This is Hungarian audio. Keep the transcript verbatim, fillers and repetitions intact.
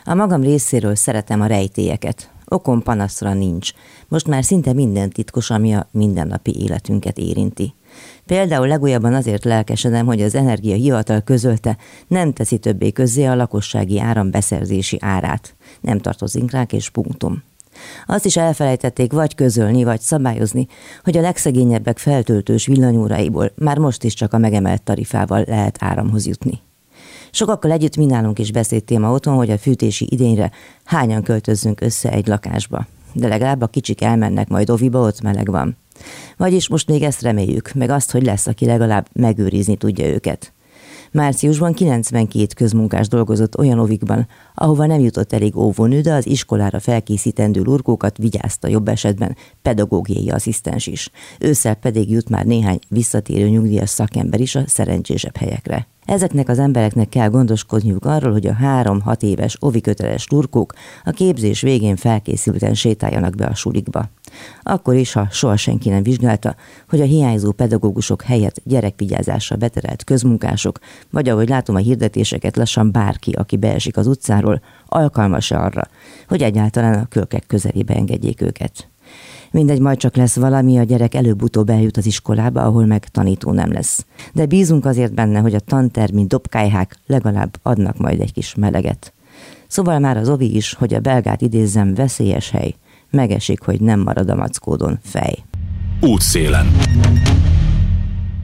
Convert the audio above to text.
A magam részéről szeretem a rejtélyeket. Okom panaszra nincs. Most már szinte minden titkos, ami a mindennapi életünket érinti. Például legújabban azért lelkesedem, hogy az Energiahivatal közölte, nem teszi többé közzé a lakossági áram beszerzési árát. Nem tartozik ránk, és punktum. Azt is elfelejtették vagy közölni, vagy szabályozni, hogy a legszegényebbek feltöltős villanyóraiból már most is csak a megemelt tarifával lehet áramhoz jutni. Sokakkal együtt mi nálunk is beszédtéma otthon, hogy a fűtési idényre hányan költözzünk össze egy lakásba. De legalább a kicsik elmennek majd oviba, ott meleg van. Vagyis most még ezt reméljük, meg azt, hogy lesz, aki legalább megőrizni tudja őket. Márciusban kilencvenkét közmunkás dolgozott olyan ovikban, ahova nem jutott elég óvónő, de az iskolára felkészítendő lurkókat vigyázta jobb esetben pedagógiai asszisztens is. Ősszel pedig jut már néhány visszatérő nyugdíjas szakember is a szerencsésebb helyekre. Ezeknek az embereknek kell gondoskodniuk arról, hogy a három-hat éves oviköteles lurkók a képzés végén felkészülten sétáljanak be a sulikba. Akkor is, ha soha senki nem vizsgálta, hogy a hiányzó pedagógusok helyett gyerekvigyázásra beterelt közmunkások, vagy ahogy látom a hirdetéseket, lassan bárki, aki beesik az utcáról, alkalmas-e arra, hogy egyáltalán a kölkek közelébe engedjék őket. Mindegy, majd csak lesz valami, a gyerek előbb-utóbb eljut az iskolába, ahol meg tanító nem lesz. De bízunk azért benne, hogy a tantermi dobkályhák legalább adnak majd egy kis meleget. Szóval már az ovi is, hogy a belgát idézzem, veszélyes hely, megesik, hogy nem marad a mackódon fej. Útszélen.